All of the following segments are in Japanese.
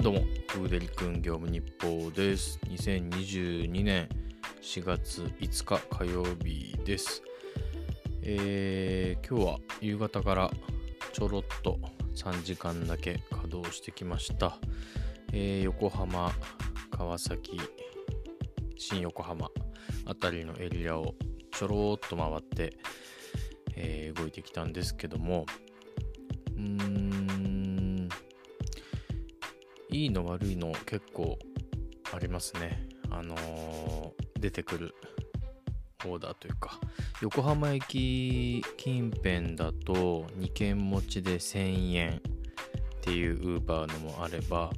どうも、フーデリ君業務日報です。2022年4月5日火曜日です。今日は夕方からちょろっと3時間だけ稼働してきました。横浜、川崎、新横浜あたりのエリアをちょろっと回って、動いてきたんですけども、いいの悪いの結構ありますね。出てくるオーダーというか、横浜駅近辺だと2件持ちで1000円っていうウーバーのもあれば、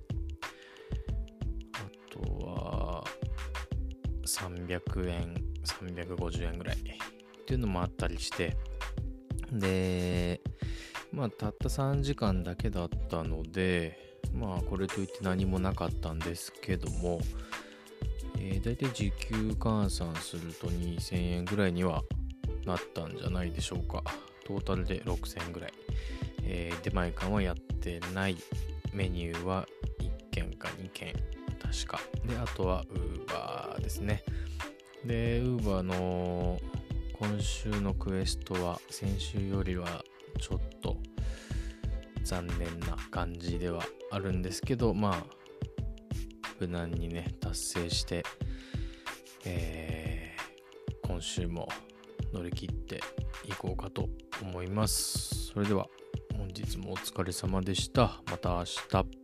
あとは300円350円ぐらいっていうのもあったりして、でたった3時間だけだったので、これといって何もなかったんですけども、だいたい時給換算すると2000円ぐらいにはなったんじゃないでしょうか。トータルで6000円ぐらい、出前館はやってない。メニューは1件か2件確かで、あとは Uber ですね。で Uber の今週のクエストは先週よりはちょっと残念な感じではあるんですけど、無難にね達成して、今週も乗り切っていこうかと思います。それでは本日もお疲れ様でした。また明日。